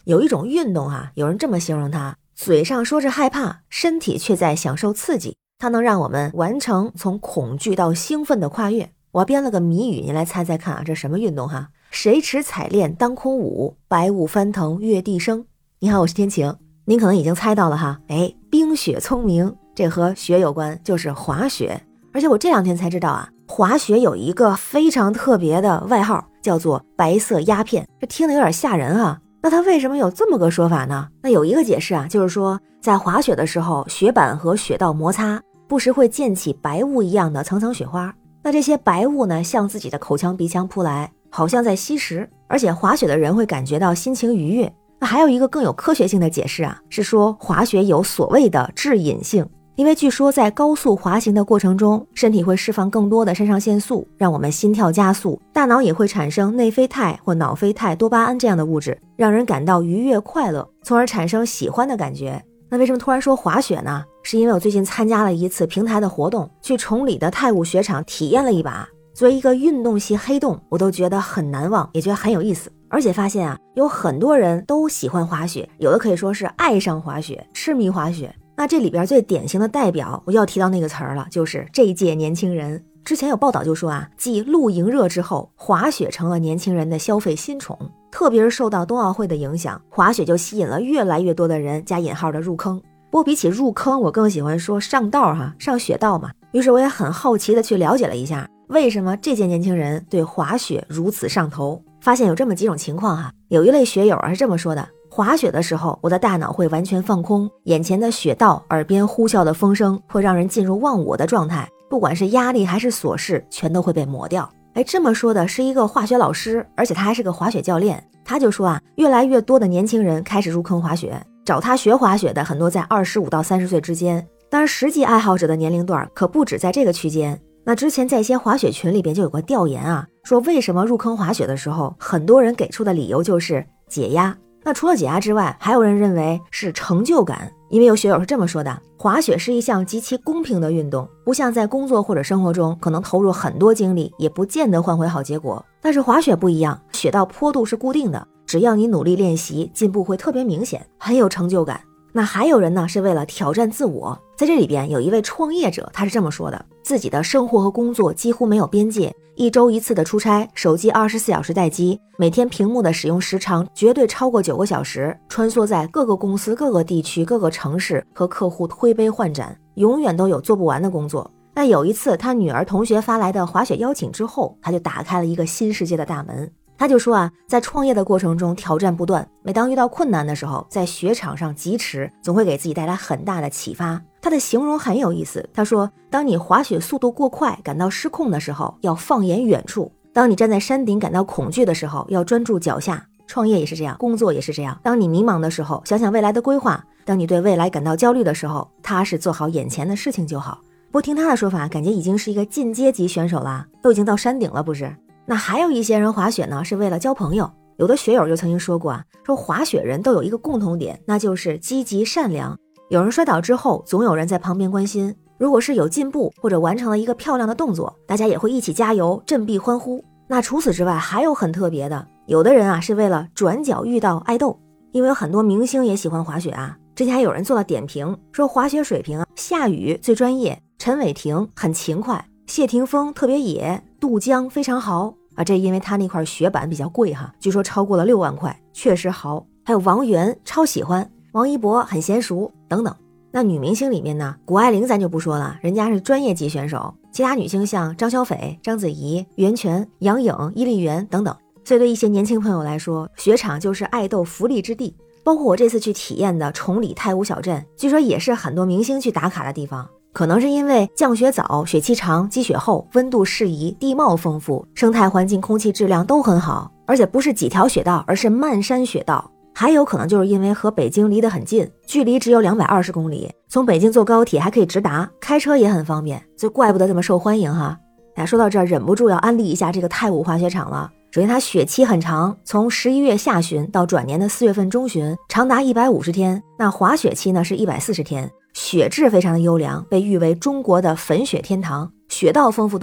有一种运动有人这么形容它，嘴上说着害怕，身体却在享受刺激，它能让我们完成从恐惧到兴奋的跨越。我编了个谜语，您来猜猜看这什么运动谁持彩练当空舞，白雾翻腾月地生。你好，我是天晴。您可能已经猜到了冰雪聪明，这和雪有关，就是滑雪。而且我这两天才知道滑雪有一个非常特别的外号，叫做白色鸦片。这听得有点吓人那它为什么有这么个说法呢？那有一个解释就是说，在滑雪的时候，雪板和雪道摩擦，不时会溅起白雾一样的层层雪花。那这些白雾呢，向自己的口腔鼻腔扑来，好像在吸食，而且滑雪的人会感觉到心情愉悦。那还有一个更有科学性的解释是说滑雪有所谓的致瘾性。因为据说在高速滑行的过程中，身体会释放更多的肾上腺素，让我们心跳加速，大脑也会产生内啡肽或脑啡肽多巴胺这样的物质，让人感到愉悦快乐，从而产生喜欢的感觉。那为什么突然说滑雪呢？是因为我最近参加了一次平台的活动，去崇礼的泰晤雪场体验了一把。作为一个运动系黑洞，我都觉得很难忘，也觉得很有意思。而且发现有很多人都喜欢滑雪，有的可以说是爱上滑雪，痴迷滑雪。那这里边最典型的代表，我要提到那个词儿了，就是这一届年轻人。之前有报道就说继露营热之后，滑雪成了年轻人的消费新宠，特别是受到冬奥会的影响，滑雪就吸引了越来越多的人加引号的入坑。不过比起入坑，我更喜欢说上道上雪道嘛。于是我也很好奇的去了解了一下，为什么这届年轻人对滑雪如此上头。发现有这么几种情况有一类雪友是这么说的：滑雪的时候，我的大脑会完全放空，眼前的雪道，耳边呼啸的风声会让人进入忘我的状态，不管是压力还是琐事，全都会被抹掉。这么说的是一个化学老师，而且他还是个滑雪教练。他就说越来越多的年轻人开始入坑滑雪，找他学滑雪的很多在25到30岁之间，当然实际爱好者的年龄段可不止在这个区间。那之前在一些滑雪群里边就有个调研说为什么入坑滑雪的时候，很多人给出的理由就是解压。那除了解压之外，还有人认为是成就感。因为有学友是这么说的：滑雪是一项极其公平的运动，不像在工作或者生活中可能投入很多精力，也不见得换回好结果。但是滑雪不一样，雪道坡度是固定的，只要你努力练习，进步会特别明显，很有成就感。那还有人呢，是为了挑战自我。在这里边有一位创业者，他是这么说的：自己的生活和工作几乎没有边界，一周一次的出差，手机24小时待机，每天屏幕的使用时长绝对超过9个小时，穿梭在各个公司、各个地区、各个城市，和客户推杯换盏，永远都有做不完的工作。那有一次他女儿同学发来的滑雪邀请之后，他就打开了一个新世界的大门。他就说在创业的过程中挑战不断，每当遇到困难的时候，在雪场上疾驰，总会给自己带来很大的启发。他的形容很有意思，他说当你滑雪速度过快感到失控的时候，要放眼远处；当你站在山顶感到恐惧的时候，要专注脚下。创业也是这样，工作也是这样，当你迷茫的时候，想想未来的规划；当你对未来感到焦虑的时候，踏实做好眼前的事情就好。不过听他的说法，感觉已经是一个进阶级选手了，都已经到山顶了不是？那还有一些人滑雪呢，是为了交朋友。有的学友就曾经说过说滑雪人都有一个共同点，那就是积极善良。有人摔倒之后，总有人在旁边关心，如果是有进步或者完成了一个漂亮的动作，大家也会一起加油振臂欢呼。那除此之外还有很特别的，有的人是为了转角遇到爱豆。因为有很多明星也喜欢滑雪之前还有人做了点评，说滑雪水平夏雨最专业，陈伟霆很勤快，谢霆锋特别野，杜江非常豪这因为他那块雪板比较贵据说超过了6万块，确实豪。还有王源超喜欢，王一博很娴熟等等。那女明星里面呢，谷爱凌咱就不说了，人家是专业级选手。其他女星像张小斐、章子怡、袁泉、杨颖、伊丽媛等等。所以对一些年轻朋友来说，雪场就是爱豆福利之地。包括我这次去体验的崇礼太武小镇，据说也是很多明星去打卡的地方。可能是因为降雪早，雪期长，积雪厚，温度适宜，地貌丰富，生态环境空气质量都很好，而且不是几条雪道，而是漫山雪道。还有可能就是因为和北京离得很近，距离只有220公里，从北京坐高铁还可以直达，开车也很方便，就怪不得这么受欢迎说到这儿，忍不住要安利一下这个太武滑雪场了。首先它雪期很长，从11月下旬到转年的4月份中旬，长达150天。那滑雪期呢是140天，雪质非常的优良，被誉为中国的粉雪天堂，雪道丰富多样，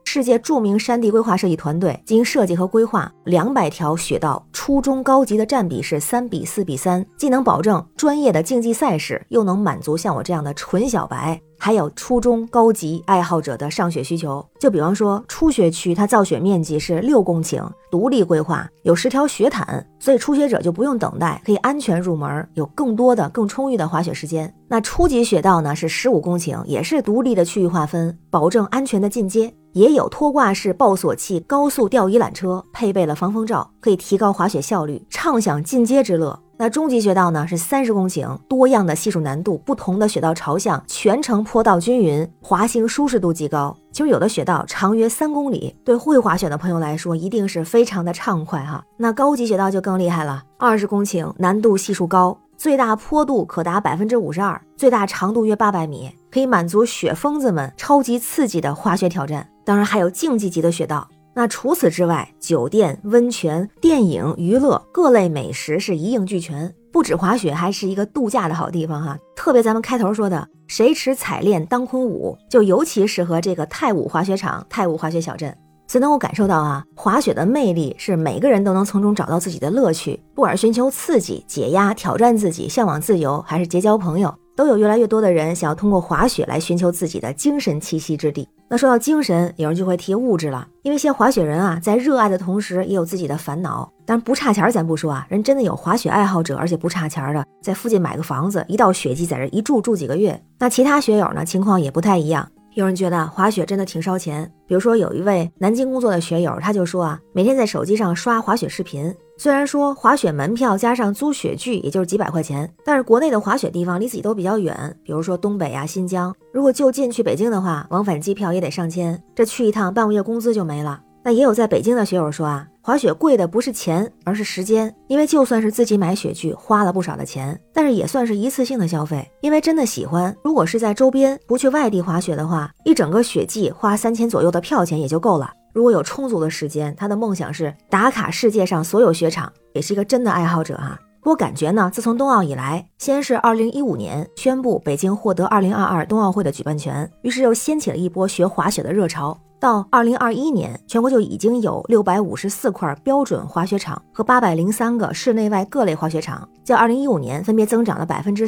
世界著名山地规划设计团队进行设计和规划，200条雪道初中高级的占比是3:4:3，既能保证专业的竞技赛事，又能满足像我这样的纯小白还有初中高级爱好者的上雪需求。就比方说初学区它造雪面积是6公顷，独立规划，有10条雪毯，所以初学者就不用等待，可以安全入门，有更多的更充裕的滑雪时间。那初级雪道呢是15公顷，也是独立的区域划分，保证安全的进阶，也有拖挂式抱索器高速吊移缆车，配备了防风罩，可以提高滑雪效率，畅享进阶之乐。那中级雪道呢是30公顷，多样的系数难度，不同的雪道朝向，全程坡道均匀，滑行舒适度极高。其实有的雪道长约3公里，对会滑雪的朋友来说一定是非常的畅快哈。那高级雪道就更厉害了，20公顷，难度系数高，最大坡度可达52%，最大长度约800米，可以满足雪疯子们超级刺激的滑雪挑战。当然还有竞技级的雪道。那除此之外，酒店、温泉、电影、娱乐、各类美食是一应俱全，不止滑雪，还是一个度假的好地方哈。特别咱们开头说的，谁持彩练当空舞，就尤其适合这个太武滑雪场、太武滑雪小镇。所以能够感受到啊，滑雪的魅力是每个人都能从中找到自己的乐趣，不管是寻求刺激、解压、挑战自己、向往自由，还是结交朋友，都有越来越多的人想要通过滑雪来寻求自己的精神栖息之地。那说到精神，有人就会提物质了，因为一些滑雪人啊，在热爱的同时也有自己的烦恼。当然不差钱咱不说啊，人真的有滑雪爱好者，而且不差钱的，在附近买个房子，一到雪季在这一住几个月。那其他雪友呢，情况也不太一样。有人觉得滑雪真的挺烧钱，比如说有一位南京工作的雪友，他就说啊，每天在手机上刷滑雪视频，虽然说滑雪门票加上租雪具也就是几百块钱，但是国内的滑雪地方离自己都比较远，比如说东北啊、新疆，如果就近去北京的话，往返机票也得上千，这去一趟半个月工资就没了。那也有在北京的雪友说啊，滑雪贵的不是钱，而是时间，因为就算是自己买雪具花了不少的钱，但是也算是一次性的消费，因为真的喜欢，如果是在周边不去外地滑雪的话，一整个雪季花3000左右的票钱也就够了。如果有充足的时间，他的梦想是打卡世界上所有雪场，也是一个真的爱好者哈。不过感觉呢，自从冬奥以来，先是2015年宣布北京获得2022冬奥会的举办权，于是又掀起了一波学滑雪的热潮。到2021年，全国就已经有654块标准滑雪场和803个室内外各类滑雪场，较2015年分别增长了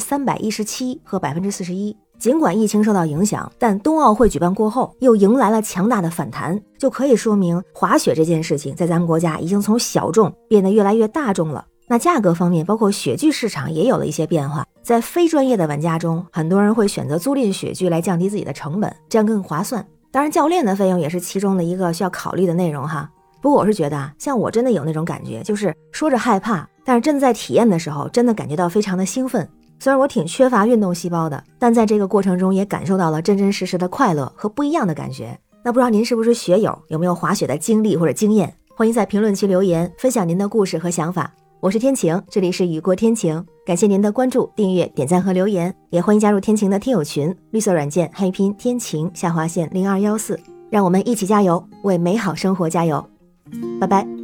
317%和41%。尽管疫情受到影响，但冬奥会举办过后又迎来了强大的反弹，就可以说明滑雪这件事情在咱们国家已经从小众变得越来越大众了。那价格方面，包括雪具市场也有了一些变化，在非专业的玩家中，很多人会选择租赁雪具来降低自己的成本，这样更划算。当然教练的费用也是其中的一个需要考虑的内容哈。不过我是觉得啊，像我真的有那种感觉，就是说着害怕，但是真的在体验的时候真的感觉到非常的兴奋。虽然我挺缺乏运动细胞的，但在这个过程中也感受到了真真实实的快乐和不一样的感觉。那不知道您是不是雪友，有没有滑雪的经历或者经验，欢迎在评论区留言分享您的故事和想法。我是天晴，这里是雨过天晴，感谢您的关注、订阅、点赞和留言，也欢迎加入天晴的听友群，绿色软件汉语拼天晴/0214，让我们一起加油，为美好生活加油，拜拜。